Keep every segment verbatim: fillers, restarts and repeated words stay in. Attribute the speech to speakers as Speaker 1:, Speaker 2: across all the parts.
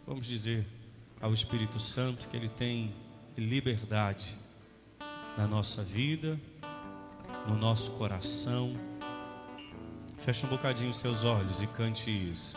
Speaker 1: vamos dizer ao Espírito Santo que Ele tem liberdade na nossa vida, no nosso coração. Feche um bocadinho os seus olhos e cante isso.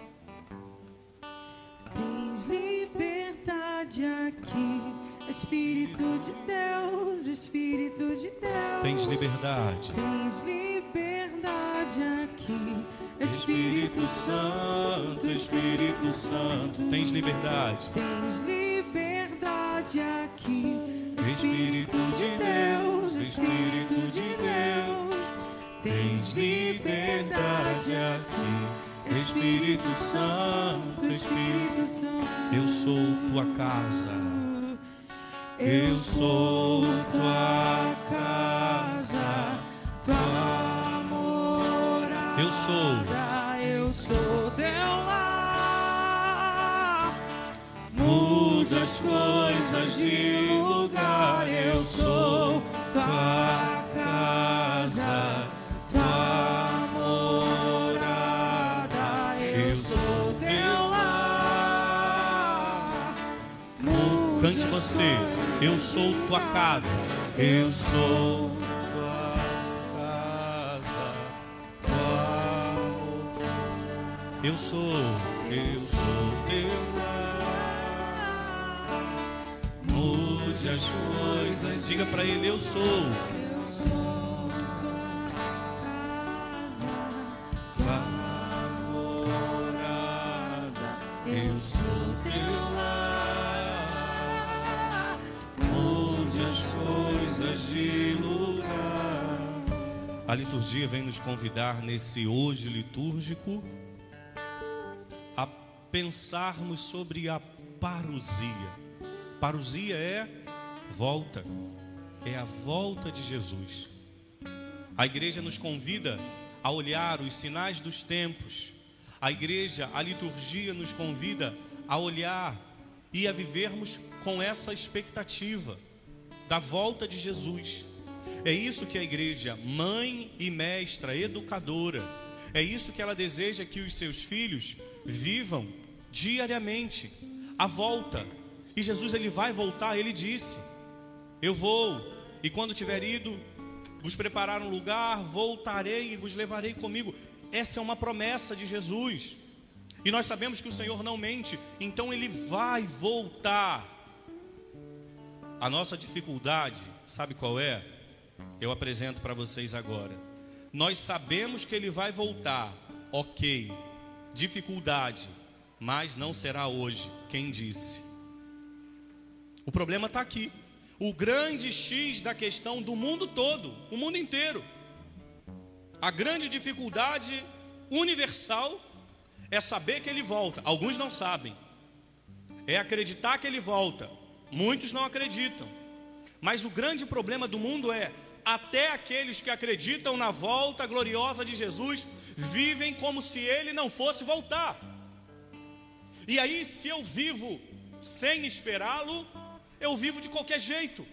Speaker 2: Tens liberdade aqui, Espírito de Deus, Espírito de Deus.
Speaker 1: Tens liberdade.
Speaker 2: Tens liberdade aqui,
Speaker 1: Espírito Santo, Espírito Santo. Tens liberdade.
Speaker 2: Tens liberdade aqui,
Speaker 1: Espírito de Deus, Espírito de Deus. Tens liberdade aqui, Espírito Santo, Espírito Santo. Eu sou tua casa, eu sou tua casa, tua morada. Eu sou,
Speaker 2: eu sou teu lar.
Speaker 1: mude as coisas de lugar. Eu sou tua casa, tua morada. Eu sou teu lar. Cante você. Eu sou tua casa. Eu sou tua casa, tua morada. Eu sou, eu sou teu lar. Mude as coisas. Diga pra ele, eu sou.
Speaker 2: Eu sou tua casa, tua morada.
Speaker 1: Eu sou teu lar. Mude as coisas de lugar. A liturgia vem nos convidar nesse hoje litúrgico a pensarmos sobre a parousia. Parousia é volta, é a volta de Jesus. A igreja nos convida a olhar os sinais dos tempos. A igreja, a liturgia nos convida a olhar e a vivermos com essa expectativa da volta de Jesus. É isso que a igreja, mãe e mestra, educadora, é isso que ela deseja que os seus filhos vivam diariamente, a volta. E Jesus, ele vai voltar, ele disse: eu vou, e quando tiver ido vos preparar um lugar, voltarei e vos levarei comigo. Essa é uma promessa de Jesus. E nós sabemos que o Senhor não mente, então ele vai voltar. A nossa dificuldade, sabe qual é? Eu apresento para vocês agora. Nós sabemos que ele vai voltar, ok. Dificuldade, mas não será hoje. Quem disse? O problema está aqui. O grande X da questão do mundo todo, o mundo inteiro. A grande dificuldade universal é saber que ele volta. Alguns não sabem. É acreditar que ele volta. Muitos não acreditam. Mas o grande problema do mundo é: até aqueles que acreditam na volta gloriosa de Jesus vivem como se ele não fosse voltar. E aí, se eu vivo sem esperá-lo, eu vivo de qualquer jeito.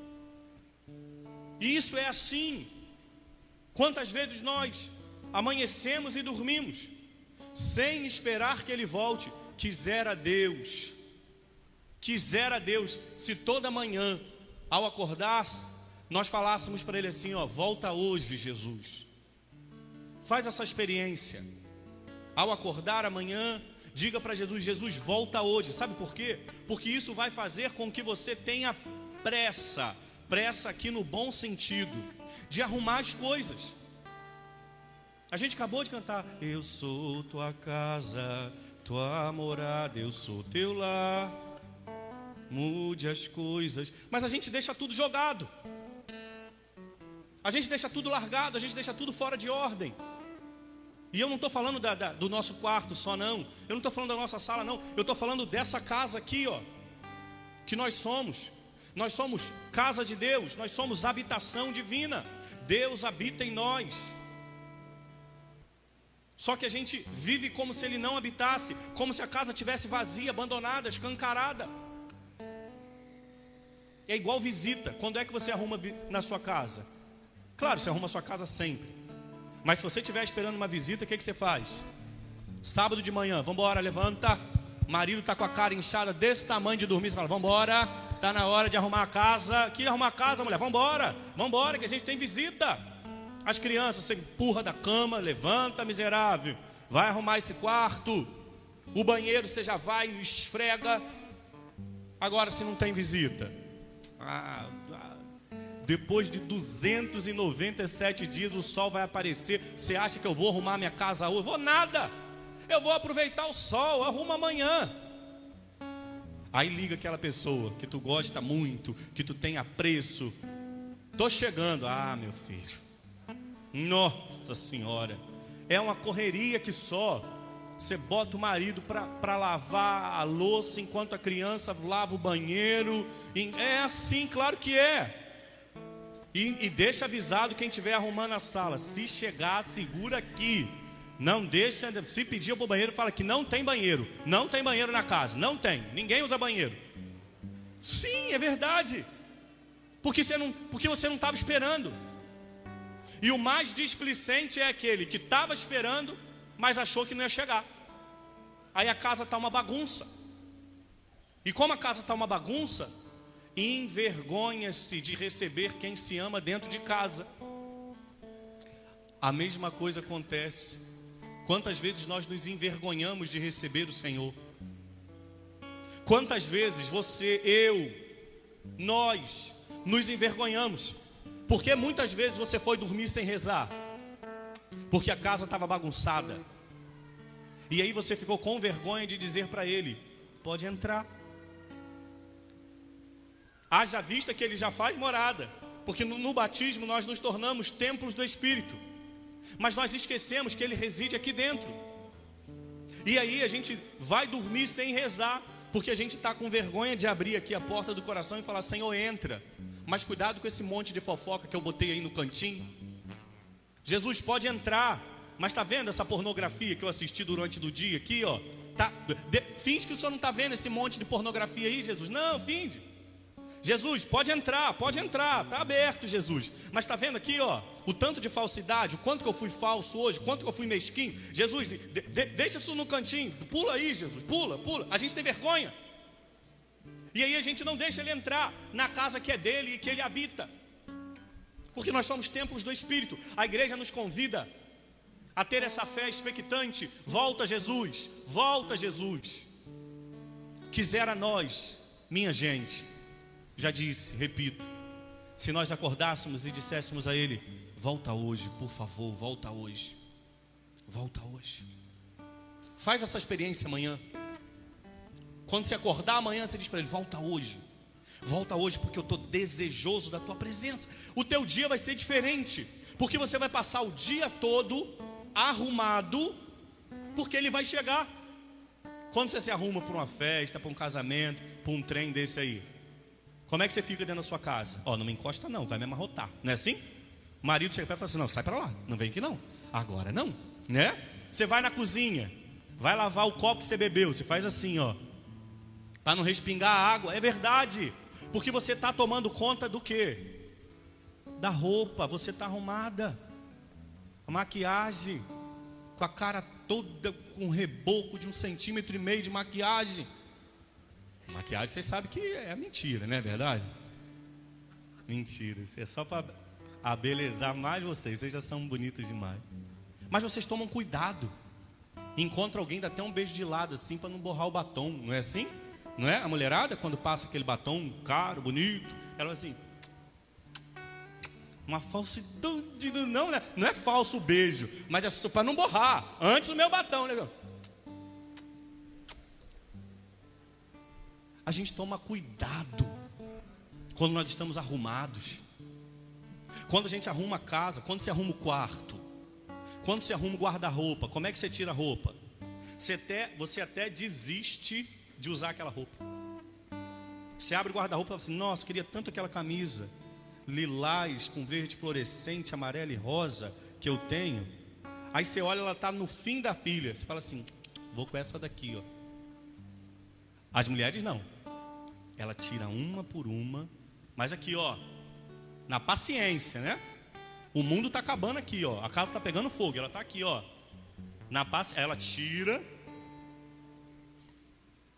Speaker 1: E isso é assim. Quantas vezes nós amanhecemos e dormimos sem esperar que ele volte? Quisera Deus, quisera Deus, se toda manhã, ao acordar, nós falássemos para ele assim, ó: volta hoje, Jesus. Faz essa experiência. Ao acordar amanhã, diga para Jesus: Jesus, volta hoje. Sabe por quê? Porque isso vai fazer com que você tenha pressa, pressa aqui no bom sentido, de arrumar as coisas. A gente acabou de cantar: eu sou tua casa, tua morada, eu sou teu lar, mude as coisas. Mas a gente deixa tudo jogado, a gente deixa tudo largado, a gente deixa tudo fora de ordem. E eu não estou falando da, da, do nosso quarto só, não. Eu não estou falando da nossa sala, não. Eu estou falando dessa casa aqui, ó, que nós somos. Nós somos casa de Deus, nós somos habitação divina. Deus habita em nós. Só que a gente vive como se ele não habitasse, como se a casa estivesse vazia, abandonada, escancarada. É igual visita. Quando é que você arruma na sua casa? Claro, você arruma a sua casa sempre. Mas se você estiver esperando uma visita, o que, que você faz? Sábado de manhã, vamos embora, levanta. marido está com a cara inchada desse tamanho de dormir, você fala, vamos embora, está na hora de arrumar a casa. Que arrumar a casa, mulher? Vamos embora, vamos embora que a gente tem visita. As crianças, você empurra da cama, levanta, miserável, vai arrumar esse quarto. O banheiro você já vai, esfrega. Agora se não tem visita, ah, ah, depois de duzentos e noventa e sete dias o sol vai aparecer. Você acha que eu vou arrumar minha casa hoje? Vou nada. Eu vou aproveitar o sol, arruma amanhã. Aí liga aquela pessoa que tu gosta muito, que tu tem apreço. Tô chegando. Ah, meu filho, nossa senhora, é uma correria que só. Você bota o marido para lavar a louça enquanto a criança lava o banheiro. É assim, claro que é. E, e deixa avisado quem estiver arrumando a sala. Se chegar, segura aqui. Não deixa, se pedir para o banheiro, fala que não tem banheiro. Não tem banheiro na casa, não tem. Ninguém usa banheiro. Sim, é verdade. Porque você não, porque você não estava esperando. E o mais displicente é aquele que estava esperando, mas achou que não ia chegar. Aí a casa está uma bagunça. E como a casa está uma bagunça, envergonha-se de receber quem se ama dentro de casa. A mesma coisa acontece. Quantas vezes nós nos envergonhamos de receber o Senhor? Quantas vezes você, eu, nós nos envergonhamos? Porque muitas vezes você foi dormir sem rezar, porque a casa estava bagunçada. E aí você ficou com vergonha de dizer para ele, pode entrar. Haja vista que ele já faz morada. Porque no, no batismo nós nos tornamos templos do Espírito. Mas nós esquecemos que ele reside aqui dentro. E aí a gente vai dormir sem rezar, porque a gente está com vergonha de abrir aqui a porta do coração e falar, Senhor, entra. Mas cuidado com esse monte de fofoca que eu botei aí no cantinho. Jesus pode entrar. Mas está vendo essa pornografia que eu assisti durante o dia aqui, ó? Tá, de, finge que o senhor não está vendo esse monte de pornografia aí, Jesus. Não, finge. Jesus, pode entrar, pode entrar, está aberto, Jesus. Mas está vendo aqui, ó, o tanto de falsidade, o quanto que eu fui falso hoje, o quanto que eu fui mesquinho. Jesus, de, de, deixa isso no cantinho, pula aí, Jesus, pula, pula. A gente tem vergonha. E aí a gente não deixa ele entrar na casa que é dele e que ele habita. Porque nós somos templos do Espírito. A igreja nos convida a ter essa fé expectante. Volta Jesus, volta Jesus. Quisera nós, minha gente, já disse, repito, se nós acordássemos e disséssemos a ele, volta hoje, por favor, volta hoje. Volta hoje. Faz essa experiência amanhã. Quando você acordar amanhã, você diz para ele, volta hoje. Volta hoje porque eu estou desejoso da tua presença. O teu dia vai ser diferente, porque você vai passar o dia todo arrumado, porque ele vai chegar. Quando você se arruma para uma festa, para um casamento, para um trem desse aí, como é que você fica dentro da sua casa? Ó, oh, não me encosta não, vai me amarrotar. Não é assim? O marido chega perto e fala assim, não, sai para lá, não vem aqui não. Agora não, né? Você vai na cozinha, vai lavar o copo que você bebeu, você faz assim, ó, para não respingar a água. É verdade, porque você está tomando conta do quê? Da roupa, você está arrumada. A maquiagem, com a cara toda com um reboco de um centímetro e meio de maquiagem. Maquiagem, vocês sabem que é mentira, não é verdade? Mentira, isso é só para abelezar mais vocês. Vocês já são bonitos demais. Mas vocês tomam cuidado. Encontra alguém, dá até um beijo de lado assim, para não borrar o batom. Não é assim? Não é? A mulherada, quando passa aquele batom caro, bonito, ela assim, uma falsidade, não, né? Não é falso o beijo, mas é para não borrar. Antes do meu batom, né? A gente toma cuidado quando nós estamos arrumados. Quando a gente arruma a casa, quando você arruma o quarto, quando você arruma o guarda-roupa, como é que você tira a roupa? Você até, você até desiste de usar aquela roupa. Você abre o guarda-roupa e fala assim, nossa, queria tanto aquela camisa lilás com verde fluorescente, amarelo e rosa que eu tenho. Aí você olha, ela está no fim da pilha. Você fala assim, vou com essa daqui, ó. As mulheres não. Ela tira uma por uma. Mas aqui, ó, na paciência, né? O mundo está acabando aqui, ó. A casa está pegando fogo. Ela está aqui, ó. Na paci... Ela tira.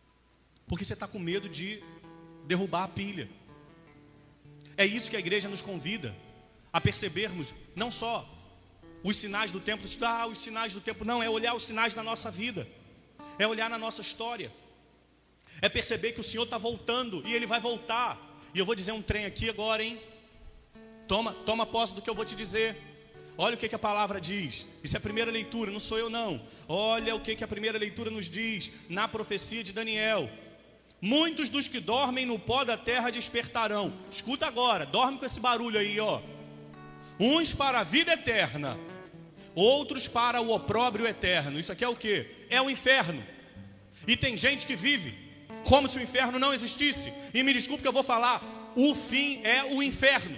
Speaker 1: Porque você está com medo de derrubar a pilha. É isso que a igreja nos convida a percebermos, não só os sinais do tempo, estudar os sinais do tempo, não, é olhar os sinais da nossa vida, é olhar na nossa história, é perceber que o Senhor está voltando e Ele vai voltar. E eu vou dizer um trem aqui agora, hein? Toma, toma posse do que eu vou te dizer. Olha o que, que a palavra diz. Isso é a primeira leitura, não sou eu não. Olha o que, que a primeira leitura nos diz na profecia de Daniel. Muitos dos que dormem no pó da terra despertarão. Escuta agora, dorme com esse barulho aí, ó. Uns para a vida eterna, outros para o opróbrio eterno. Isso aqui é o quê? É o inferno. E tem gente que vive como se o inferno não existisse. E me desculpe que eu vou falar, o fim é o inferno.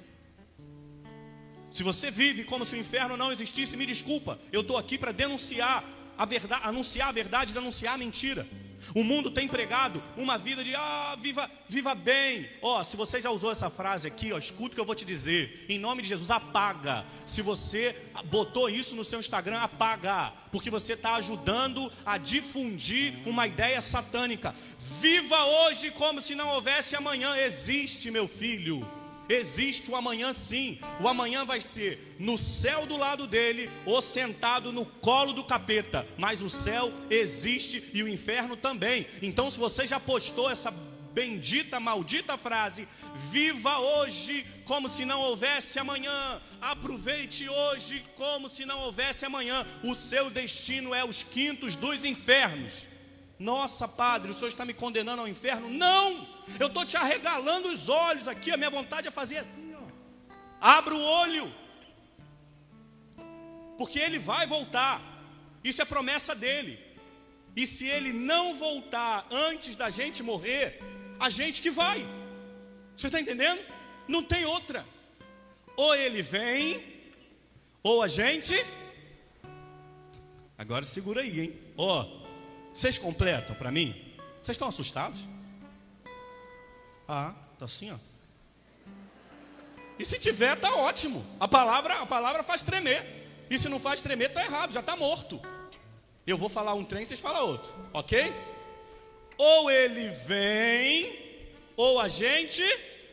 Speaker 1: Se você vive como se o inferno não existisse, me desculpa, eu estou aqui para denunciar a verdade, anunciar a verdade, denunciar a mentira. O mundo tem pregado uma vida de, ah, viva, viva bem. Ó, oh, se você já usou essa frase aqui, ó, escuta o que eu vou te dizer. Em nome de Jesus, apaga. Se você botou isso no seu Instagram, apaga. Porque você está ajudando a difundir uma ideia satânica. Viva hoje como se não houvesse amanhã. Existe, meu filho. Existe o amanhã sim. O amanhã vai ser no céu do lado dele ou sentado no colo do capeta. Mas o céu existe e o inferno também. Então se você já postou essa bendita, maldita frase, viva hoje como se não houvesse amanhã, aproveite hoje como se não houvesse amanhã, o seu destino é os quintos dos infernos. Nossa, padre, o senhor está me condenando ao inferno? Não, eu estou te arregalando os olhos aqui. A minha vontade é fazer assim, ó. Abra o olho, porque ele vai voltar. Isso é promessa dele. E se ele não voltar antes da gente morrer, a gente que vai. Você está entendendo? Não tem outra. Ou ele vem, ou a gente. Agora segura aí, hein? Ó, oh, vocês completam para mim? Vocês estão assustados? Ah, tá assim, ó. E se tiver, tá ótimo. A palavra, a palavra faz tremer. E se não faz tremer, tá errado, já tá morto. Eu vou falar um trem, vocês falam outro, ok? Ou ele vem, ou a gente.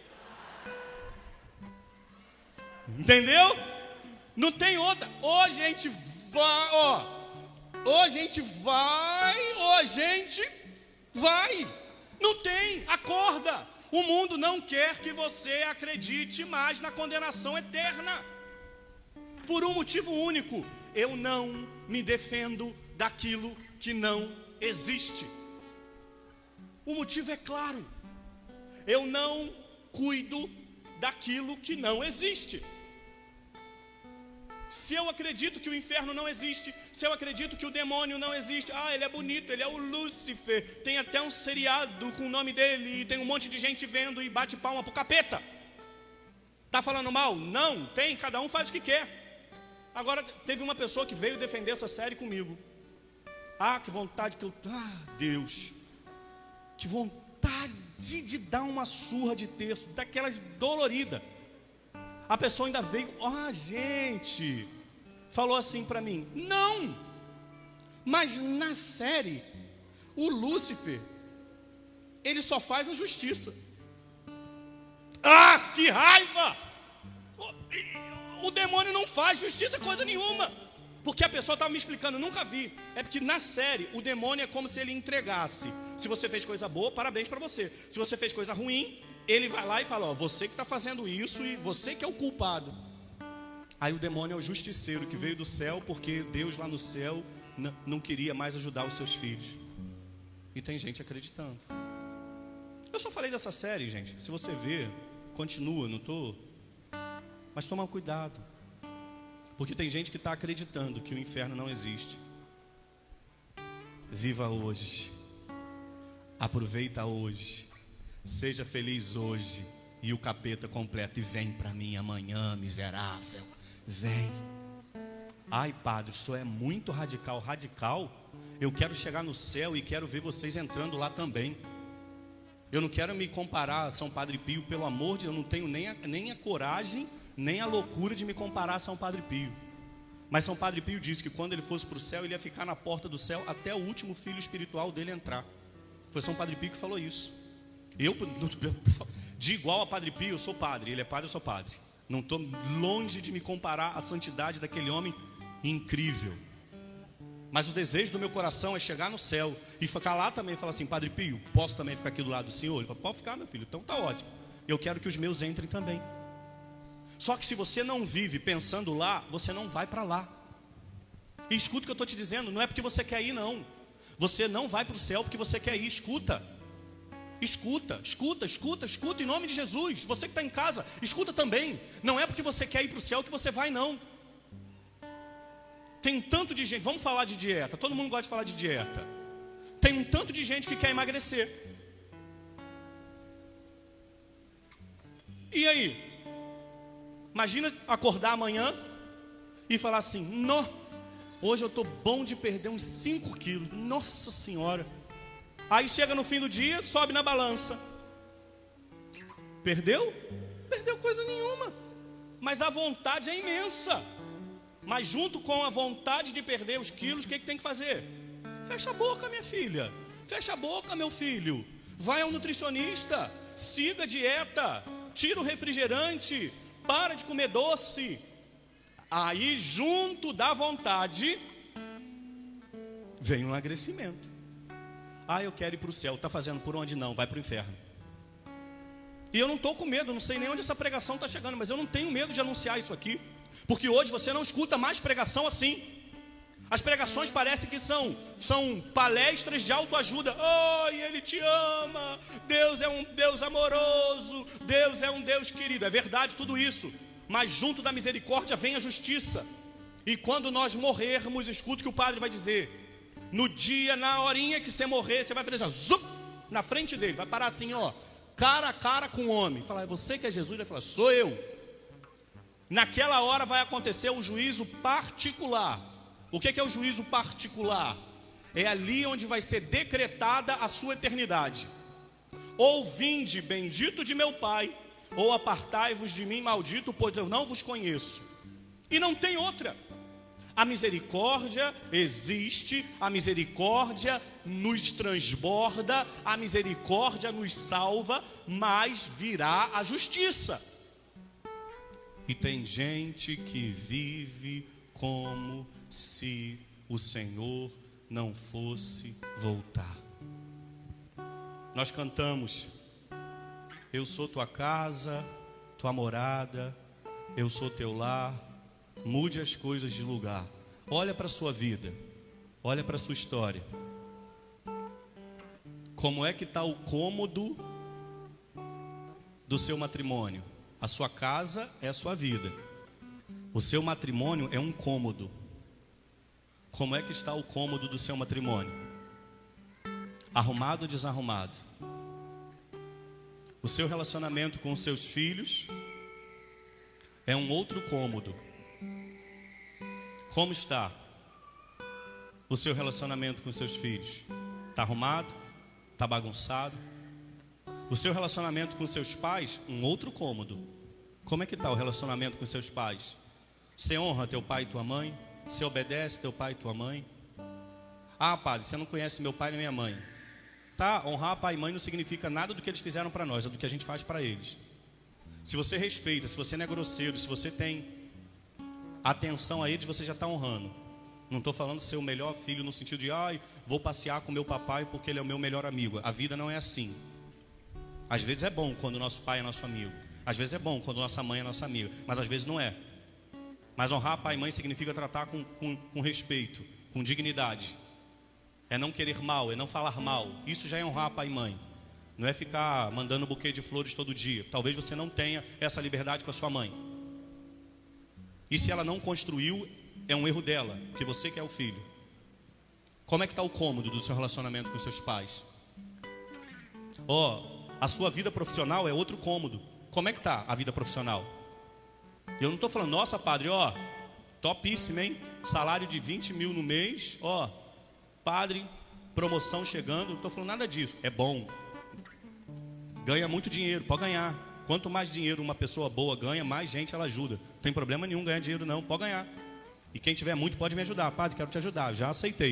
Speaker 1: Entendeu? Não tem outra. Ou a gente vai, ó. Ou a gente vai, ou a gente vai. Não tem, acorda. O mundo não quer que você acredite mais na condenação eterna. Por um motivo único: eu não me defendo daquilo que não existe. O motivo é claro: eu não cuido daquilo que não existe. Se eu acredito que o inferno não existe, se eu acredito que o demônio não existe, ah, ele é bonito, ele é o Lúcifer, tem até um seriado com o nome dele, e tem um monte de gente vendo e bate palma pro capeta. Tá falando mal? Não, tem, cada um faz o que quer. Agora, teve uma pessoa que veio defender essa série comigo. Ah, que vontade que eu... Ah, Deus, que vontade de dar uma surra de terço, daquelas dolorida. A pessoa ainda veio, ó, oh, gente, falou assim para mim: não, mas na série, o Lúcifer, ele só faz a justiça. Ah, que raiva! O, o demônio não faz justiça coisa nenhuma. Porque a pessoa estava me explicando, nunca vi. É porque na série, o demônio é como se ele entregasse. Se você fez coisa boa, parabéns para você. Se você fez coisa ruim, ele vai lá e fala: ó, você que está fazendo isso e você que é o culpado. Aí o demônio é o justiceiro que veio do céu, porque Deus lá no céu n- não queria mais ajudar os seus filhos. E tem gente acreditando. Eu só falei dessa série, gente. Se você ver, continua, não estou. Mas toma cuidado, porque tem gente que está acreditando que o inferno não existe. Viva hoje, aproveita hoje, seja feliz hoje, e o capeta completa: e vem para mim amanhã, miserável, vem. Ai, padre, isso é muito radical. Radical? Eu quero chegar no céu e quero ver vocês entrando lá também. Eu não quero me comparar a São Padre Pio, pelo amor de Deus. Eu não tenho nem a, nem a coragem, nem a loucura de me comparar a São Padre Pio. Mas São Padre Pio disse que quando ele fosse para o céu, ele ia ficar na porta do céu até o último filho espiritual dele entrar. Foi São Padre Pio que falou isso. Eu, de igual a Padre Pio, eu sou padre. Ele é padre, eu sou padre. Não estou longe de me comparar à santidade daquele homem incrível. Mas o desejo do meu coração é chegar no céu e ficar lá também e falar assim: Padre Pio, posso também ficar aqui do lado do senhor? Ele fala: pode ficar, meu filho, então tá ótimo. Eu quero que os meus entrem também. Só que se você não vive pensando lá, você não vai para lá. E escuta o que eu estou te dizendo, não é porque você quer ir, não. Você não vai para o céu porque você quer ir. Escuta, escuta, escuta, escuta, escuta, em nome de Jesus. Você que está em casa, escuta também. Não é porque você quer ir para o céu que você vai, não. Tem um tanto de gente, vamos falar de dieta. Todo mundo gosta de falar de dieta. Tem um tanto de gente que quer emagrecer. E aí? Imagina acordar amanhã e falar assim: não, hoje eu estou bom de perder uns cinco quilos. Nossa Senhora. Aí chega no fim do dia, sobe na balança. Perdeu? Perdeu coisa nenhuma. Mas a vontade é imensa. Mas junto com a vontade de perder os quilos, o que, que tem que fazer? Fecha a boca, minha filha. Fecha a boca, meu filho. Vai ao nutricionista. Siga a dieta. Tira o refrigerante. Para de comer doce. Aí junto da vontade vem um emagrecimento. Ah, eu quero ir para o céu. Está fazendo por onde? Não, vai para o inferno. E eu não estou com medo. Não sei nem onde essa pregação está chegando, mas eu não tenho medo de anunciar isso aqui. Porque hoje você não escuta mais pregação assim. As pregações parecem que são, são palestras de autoajuda. Oh, Ele te ama. Deus é um Deus amoroso. Deus é um Deus querido. É verdade tudo isso. Mas junto da misericórdia vem a justiça. E quando nós morrermos, escuta o que o padre vai dizer. No dia, na horinha que você morrer, você vai fazer assim, zup, na frente dele. Vai parar assim, ó, cara a cara com o homem. Falar: é você que é Jesus? Ele vai falar: sou eu. Naquela hora vai acontecer um juízo particular. O que é o juízo particular? É ali onde vai ser decretada a sua eternidade. Ou vinde, bendito de meu Pai, ou apartai-vos de mim, maldito, pois eu não vos conheço. E não tem outra. A misericórdia existe, a misericórdia nos transborda, a misericórdia nos salva, mas virá a justiça. E tem gente que vive como se o Senhor não fosse voltar. Nós cantamos: eu sou tua casa, tua morada, eu sou teu lar. Mude as coisas de lugar. Olha para a sua vida, olha para a sua história. Como é que está o cômodo do seu matrimônio? A sua casa é a sua vida. O seu matrimônio é um cômodo. Como é que está o cômodo do seu matrimônio? Arrumado ou desarrumado? O seu relacionamento com os seus filhos é um outro cômodo. Como está o seu relacionamento com os seus filhos? Está arrumado? Está bagunçado? O seu relacionamento com seus pais, um outro cômodo. Como é que está o relacionamento com seus pais? Você honra teu pai e tua mãe? Você obedece teu pai e tua mãe? Ah, padre, você não conhece meu pai e minha mãe. Tá, honrar pai e mãe não significa nada do que eles fizeram para nós, é do que a gente faz para eles. Se você respeita, se você não é grosseiro, se você tem atenção a eles, você já está honrando. Não estou falando ser o melhor filho no sentido de, ai, vou passear com meu papai porque ele é o meu melhor amigo. A vida não é assim. Às vezes é bom quando o nosso pai é nosso amigo. Às vezes é bom quando nossa mãe é nossa amiga. Mas às vezes não é. Mas honrar pai e mãe significa tratar com, com, com respeito, com dignidade. É não querer mal, é não falar mal. Isso já é honrar pai e mãe. Não é ficar mandando buquê de flores todo dia. Talvez você não tenha essa liberdade com a sua mãe. E se ela não construiu, é um erro dela, que você que é o filho. Como é que está o cômodo do seu relacionamento com seus pais? Ó, oh, a sua vida profissional é outro cômodo. Como é que está a vida profissional? Eu não estou falando, nossa padre, ó, topíssimo, hein? Salário de vinte mil no mês, ó, padre, promoção chegando. Não estou falando nada disso, é bom. Ganha muito dinheiro, pode ganhar. Quanto mais dinheiro uma pessoa boa ganha, mais gente ela ajuda. Não tem problema nenhum ganhar dinheiro não, pode ganhar. E quem tiver muito pode me ajudar. Padre, quero te ajudar, já aceitei.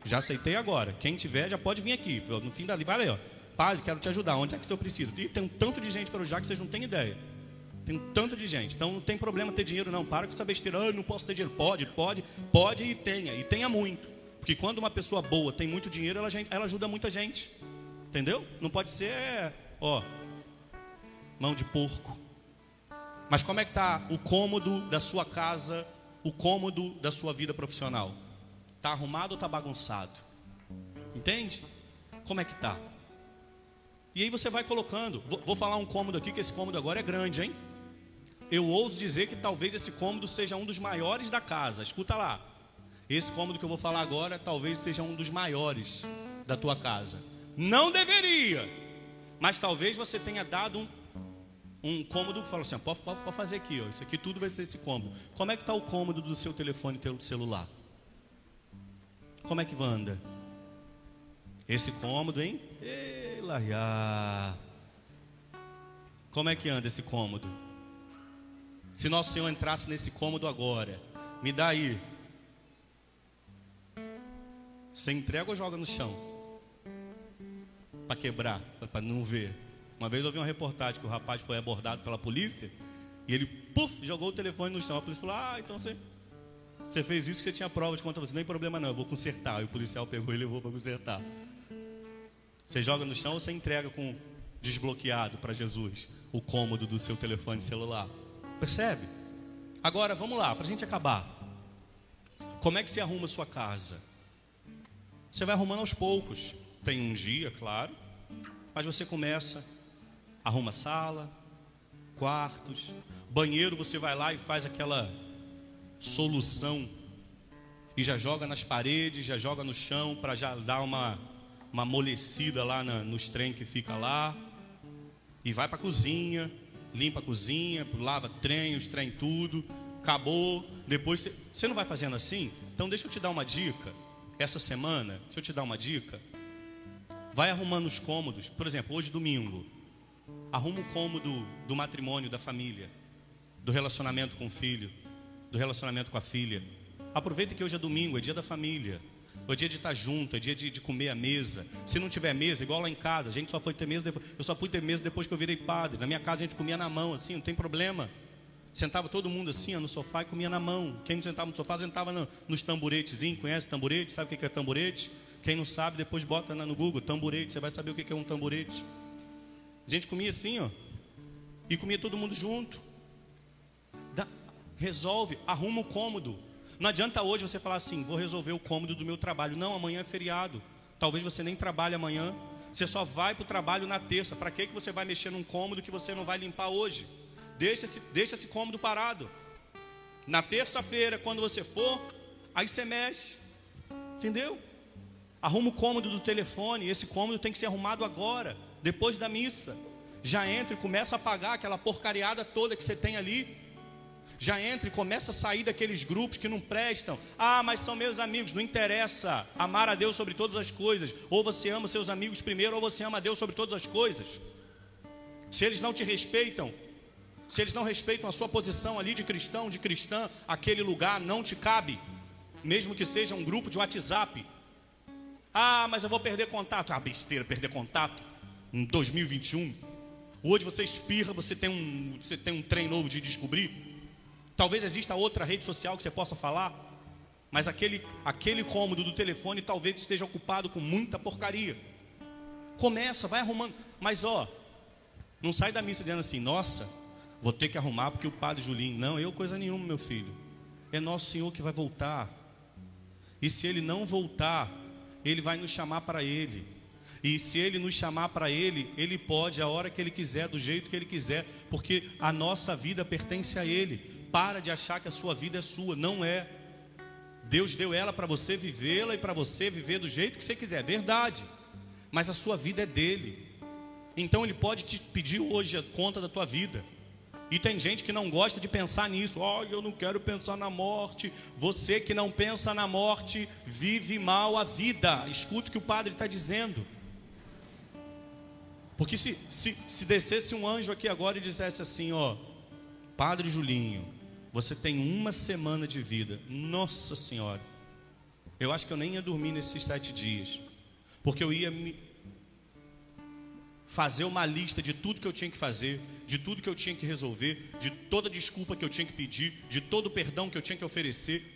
Speaker 1: Já aceitei agora. Quem tiver já pode vir aqui. No fim dali, vai lá, ó. Padre, quero te ajudar. Onde é que eu preciso? E tem um tanto de gente para ajudar que vocês não têm ideia. Tem um tanto de gente. Então não tem problema ter dinheiro, não. Para com essa besteira. Ah, não posso ter dinheiro. Pode, pode, pode e tenha. E tenha muito. Porque quando uma pessoa boa tem muito dinheiro, ela, ela ajuda muita gente. Entendeu? Não pode ser, ó, mão de porco. Mas como é que está o cômodo da sua casa, o cômodo da sua vida profissional? Está arrumado ou está bagunçado? Entende? Como é que está? E aí você vai colocando. Vou, vou falar um cômodo aqui, que esse cômodo agora é grande, hein? Eu ouso dizer que talvez esse cômodo seja um dos maiores da casa. Escuta lá. Esse cômodo que eu vou falar agora talvez seja um dos maiores da tua casa. Não deveria, mas talvez você tenha dado um, um cômodo que fala assim, pode, pode, pode fazer aqui, ó, isso aqui tudo vai ser esse cômodo. Como é que está o cômodo do seu telefone pelo celular? Como é que anda? Esse cômodo, hein? Ei, laiá. Como é que anda esse cômodo? Se Nosso Senhor entrasse nesse cômodo agora, me dá aí. Você entrega ou joga no chão? Para quebrar, para não ver. Uma vez eu vi uma reportagem que o rapaz foi abordado pela polícia e ele, puf, jogou o telefone no chão. A polícia falou, ah, então você, você fez isso que você tinha prova de conta você. Nem problema não, eu vou consertar. E o policial pegou e levou para consertar. Você joga no chão ou você entrega com desbloqueado para Jesus o cômodo do seu telefone celular? Percebe? Agora, vamos lá, para a gente acabar. Como é que você arruma a sua casa? Você vai arrumando aos poucos. Tem um dia, claro, mas você começa, arruma sala, quartos, banheiro, você vai lá e faz aquela solução e já joga nas paredes, já joga no chão para já dar uma, uma amolecida lá na, nos trem que fica lá. E vai para a cozinha, limpa a cozinha, lava trem, os trem tudo, acabou. Depois você, você não vai fazendo assim? Então deixa eu te dar uma dica. Essa semana, deixa eu te dar uma dica. Vai arrumando os cômodos. Por exemplo, hoje domingo, arruma o cômodo do matrimônio, da família, do relacionamento com o filho, do relacionamento com a filha. Aproveita que hoje é domingo, é dia da família, é dia de estar junto, é dia de, de comer à mesa. Se não tiver mesa, igual lá em casa, a gente só foi ter mesa depois, eu só fui ter mesa depois que eu virei padre. Na minha casa a gente comia na mão, assim, não tem problema. Sentava todo mundo assim, ó, no sofá e comia na mão. Quem não sentava no sofá, sentava no, nos tamburetezinhos. Conhece tamburete? Sabe o que é tamburete? Quem não sabe, depois bota no Google, tamburete. Você vai saber o que é um tamburete. A gente comia assim, ó. E comia todo mundo junto. Dá, resolve, arruma o cômodo. Não adianta hoje você falar assim, vou resolver o cômodo do meu trabalho. Não, amanhã é feriado. Talvez você nem trabalhe amanhã. Você só vai para o trabalho na terça. Para que que você vai mexer num cômodo que você não vai limpar hoje? Deixa esse, deixa esse cômodo parado. Na terça-feira, quando você for, aí você mexe. Entendeu? Arruma o cômodo do telefone. Esse cômodo tem que ser arrumado agora, depois da missa. Já entra e começa a apagar aquela porcariada toda que você tem ali. Já entra e começa a sair daqueles grupos que não prestam. Ah, mas são meus amigos. Não interessa. Amar a Deus sobre todas as coisas. Ou você ama seus amigos primeiro, ou você ama a Deus sobre todas as coisas. Se eles não te respeitam, se eles não respeitam a sua posição ali de cristão, de cristã, aquele lugar não te cabe. Mesmo que seja um grupo de WhatsApp. Ah, mas eu vou perder contato. Ah, besteira, perder contato em dois mil e vinte e um. Hoje você espirra, você tem um, você tem um trem novo de descobrir. Talvez exista outra rede social que você possa falar, mas aquele, aquele cômodo do telefone talvez esteja ocupado com muita porcaria. Começa, vai arrumando. Mas ó, não sai da missa dizendo assim, nossa, vou ter que arrumar porque o padre Julinho. Não, eu coisa nenhuma, meu filho. É Nosso Senhor que vai voltar. E se Ele não voltar, Ele vai nos chamar para Ele. E se Ele nos chamar para Ele, Ele pode a hora que Ele quiser, do jeito que Ele quiser, porque a nossa vida pertence a Ele. Para de achar que a sua vida é sua, não é. Deus deu ela para você vivê-la e para você viver do jeito que você quiser, é verdade. Mas a sua vida é dele. Então Ele pode te pedir hoje a conta da tua vida. E tem gente que não gosta de pensar nisso. Oh, eu não quero pensar na morte. Você que não pensa na morte, vive mal a vida. Escuta o que o padre está dizendo. Porque se, se, se descesse um anjo aqui agora e dissesse assim, ó, Padre Julinho, você tem uma semana de vida. Nossa Senhora. Eu acho que eu nem ia dormir nesses sete dias, porque eu ia me fazer uma lista de tudo que eu tinha que fazer, de tudo que eu tinha que resolver, de toda desculpa que eu tinha que pedir, de todo perdão que eu tinha que oferecer.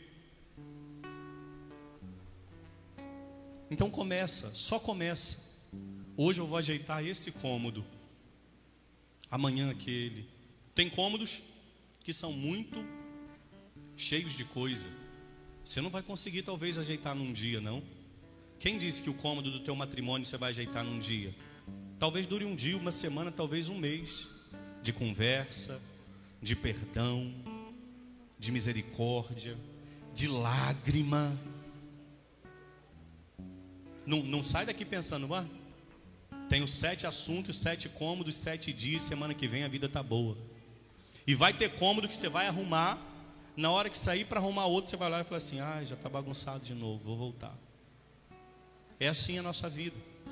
Speaker 1: Então começa, só começa. Hoje eu vou ajeitar esse cômodo, amanhã aquele. Tem cômodos que são muito cheios de coisa. Você não vai conseguir talvez ajeitar num dia, não. Quem disse que o cômodo do teu matrimônio você vai ajeitar num dia? Talvez dure um dia, uma semana, talvez um mês de conversa, de perdão, de misericórdia, de lágrima. Não, não sai daqui pensando, ah, tenho sete assuntos, sete cômodos, sete dias, semana que vem a vida tá boa. E vai ter cômodo que você vai arrumar, na hora que sair para arrumar outro, você vai lá e fala assim, ah, já está bagunçado de novo, vou voltar. É assim a nossa vida.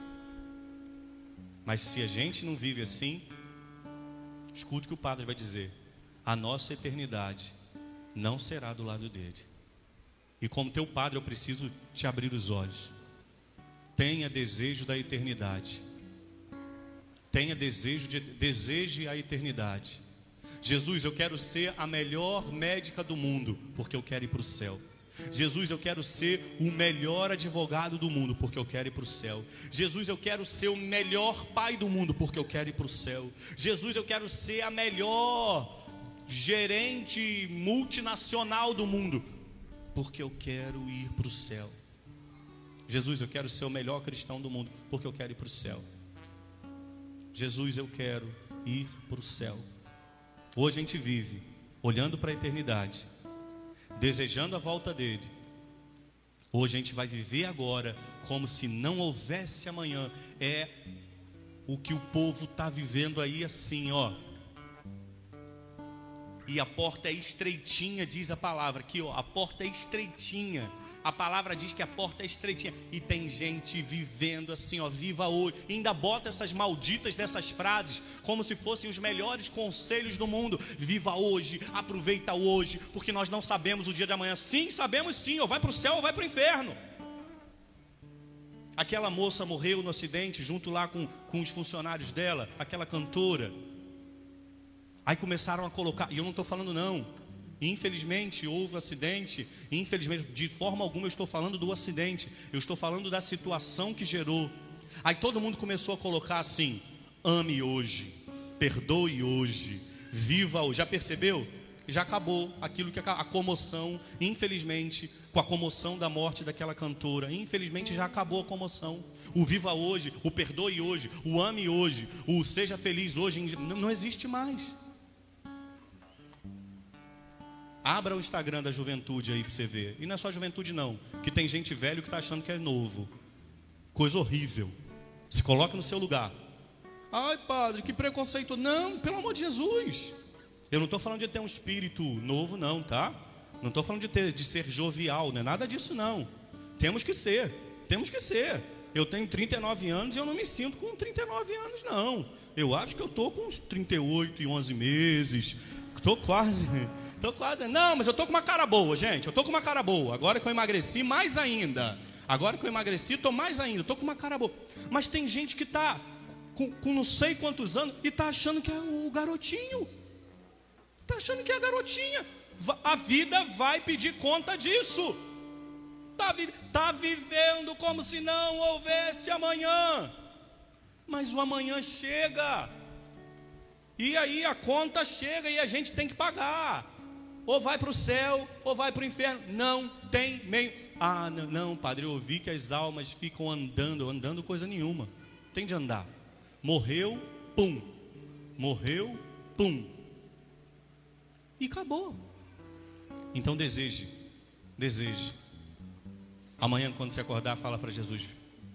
Speaker 1: Mas se a gente não vive assim, escute o que o padre vai dizer, a nossa eternidade não será do lado dele. E como teu padre eu preciso te abrir os olhos. Tenha desejo da eternidade. Tenha desejo de, deseje a eternidade. Jesus, eu quero ser a melhor médica do mundo, porque eu quero ir para o céu. Jesus, eu quero ser o melhor advogado do mundo, porque eu quero ir para o céu. Jesus, eu quero ser o melhor pai do mundo, porque eu quero ir para o céu. Jesus, eu quero ser a melhor gerente multinacional do mundo, porque eu quero ir para o céu. Jesus, eu quero ser o melhor cristão do mundo, porque eu quero ir para o céu. Jesus, eu quero ir para o céu. Hoje a gente vive olhando para a eternidade, desejando a volta dele. Hoje a gente vai viver agora como se não houvesse amanhã. É o que o povo está vivendo aí assim, ó. E a porta é estreitinha, diz a palavra aqui, ó. A porta é estreitinha. A palavra diz que a porta é estreitinha. E tem gente vivendo assim, ó, viva hoje. E ainda bota essas malditas dessas frases como se fossem os melhores conselhos do mundo. Viva hoje, aproveita hoje, porque nós não sabemos o dia de amanhã. Sim, sabemos sim, ou vai para o céu ou vai para o inferno. Aquela moça morreu no acidente junto lá com, com os funcionários dela, aquela cantora. Aí começaram a colocar, e eu não estou falando não, infelizmente houve um acidente, infelizmente, de forma alguma eu estou falando do acidente, eu estou falando da situação que gerou. Aí todo mundo começou a colocar assim, ame hoje, perdoe hoje, viva hoje. Já percebeu? Já acabou aquilo que a comoção, infelizmente, com a comoção da morte daquela cantora, infelizmente já acabou a comoção. O viva hoje, o perdoe hoje, o ame hoje, o seja feliz hoje, não, não existe mais. Abra o Instagram da juventude aí para você ver. E não é só juventude não, que tem gente velho que está achando que é novo. Coisa horrível. Se coloca no seu lugar. Ai, padre, que preconceito. Não, pelo amor de Jesus. Eu não estou falando de ter um espírito novo não, tá? Não estou falando de, ter, de ser jovial, não é nada disso não. Temos que ser, temos que ser. Eu tenho trinta e nove anos e eu não me sinto com trinta e nove anos não. Eu acho que eu estou com uns trinta e oito e onze meses. Estou quase... Tô quase... Não, mas eu tô com uma cara boa, gente. Eu tô com uma cara boa. Agora que eu emagreci, mais ainda. Agora que eu emagreci, tô mais ainda. Tô com uma cara boa. Mas tem gente que tá com, com não sei quantos anos e tá achando que é o garotinho. Tá achando que é a garotinha. A vida vai pedir conta disso. Tá, vi... tá vivendo como se não houvesse amanhã. Mas o amanhã chega. E aí a conta chega e a gente tem que pagar. Ou vai para o céu, ou vai para o inferno. Não tem meio. Ah, não, não, padre, eu ouvi que as almas ficam andando, andando coisa nenhuma. Tem de andar. Morreu, pum. Morreu, pum. E acabou. Então deseje, deseje. Amanhã quando você acordar, fala para Jesus: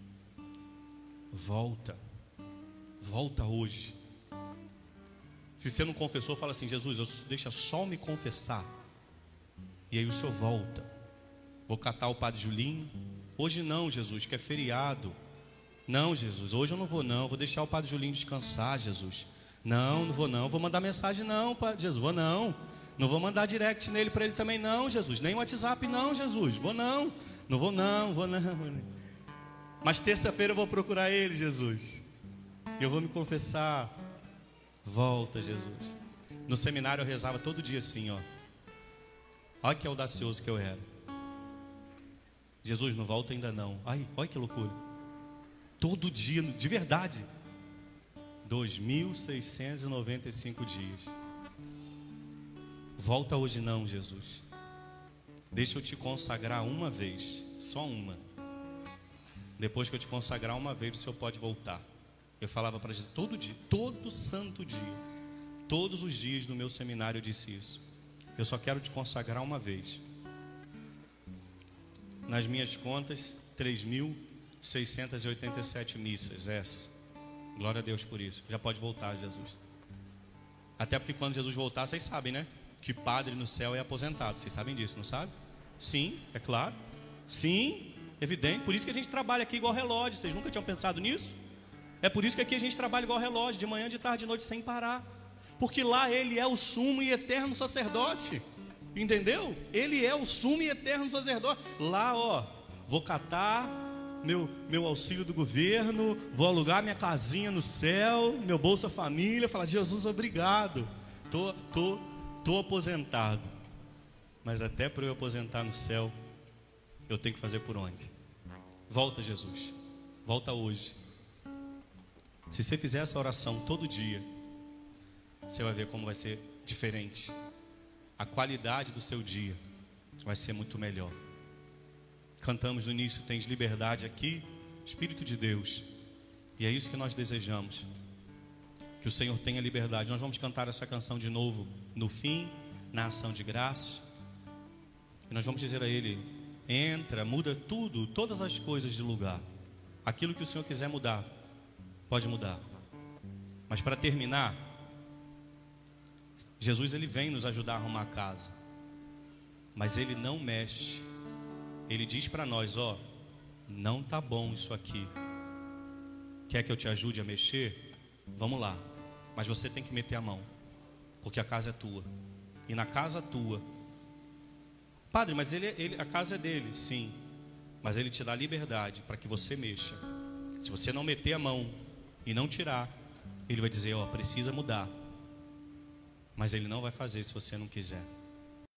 Speaker 1: volta, volta hoje. Se você não confessou, fala assim: Jesus, eu, deixa só me confessar. E aí o senhor volta. Vou catar o padre Julinho. Hoje não, Jesus, que é feriado. Não, Jesus, hoje eu não vou não. Vou deixar o padre Julinho descansar, Jesus. Não, não vou não. Vou mandar mensagem não, padre Jesus. Vou não. Não vou mandar direct nele para ele também não, Jesus. Nem WhatsApp não, Jesus. Vou não. Não vou não, vou não. Mas terça-feira eu vou procurar ele, Jesus. E eu vou me confessar. Volta, Jesus. No seminário eu rezava todo dia assim, ó. Olha que audacioso que eu era. Jesus, não volta ainda não. Ai, olha que loucura. Todo dia, de verdade. dois mil seiscentos e noventa e cinco dias. Volta hoje não, Jesus. Deixa eu te consagrar uma vez. Só uma. Depois que eu te consagrar uma vez, o Senhor pode voltar. Eu falava para Jesus todo dia, todo santo dia, todos os dias no meu seminário eu disse isso. Eu só quero te consagrar uma vez. Nas minhas contas, três mil seiscentos e oitenta e sete missas, essa. Glória a Deus por isso. Já pode voltar, Jesus. Até porque quando Jesus voltar, vocês sabem, né? Que padre no céu é aposentado. Vocês sabem disso, não sabem? Sim, é claro. Sim, evidente. Por isso que a gente trabalha aqui igual relógio. Vocês nunca tinham pensado nisso? É por isso que aqui a gente trabalha igual relógio, de manhã, de tarde, de noite, sem parar. Porque lá ele é o sumo e eterno sacerdote. Entendeu? Ele é o sumo e eterno sacerdote. Lá, ó, vou catar meu, meu auxílio do governo, vou alugar minha casinha no céu, meu Bolsa Família, falar, Jesus, obrigado. Tô, tô, tô aposentado. Mas até para eu aposentar no céu, eu tenho que fazer por onde? Volta, Jesus. Volta hoje. Se você fizer essa oração todo dia, você vai ver como vai ser diferente. A qualidade do seu dia vai ser muito melhor. Cantamos no início, tens liberdade aqui, Espírito de Deus. E é isso que nós desejamos. Que o Senhor tenha liberdade. Nós vamos cantar essa canção de novo no fim, na ação de graças. E nós vamos dizer a Ele, entra, muda tudo, todas as coisas de lugar. Aquilo que o Senhor quiser mudar, pode mudar. Mas para terminar, Jesus ele vem nos ajudar a arrumar a casa. Mas Ele não mexe. Ele diz para nós, ó, não tá bom isso aqui. Quer que eu te ajude a mexer? Vamos lá. Mas você tem que meter a mão. Porque a casa é tua. E na casa tua, Padre, mas ele, ele, a casa é dele. Sim, mas Ele te dá liberdade para que você mexa. Se você não meter a mão e não tirar, Ele vai dizer, ó, precisa mudar. Mas Ele não vai fazer se você não quiser.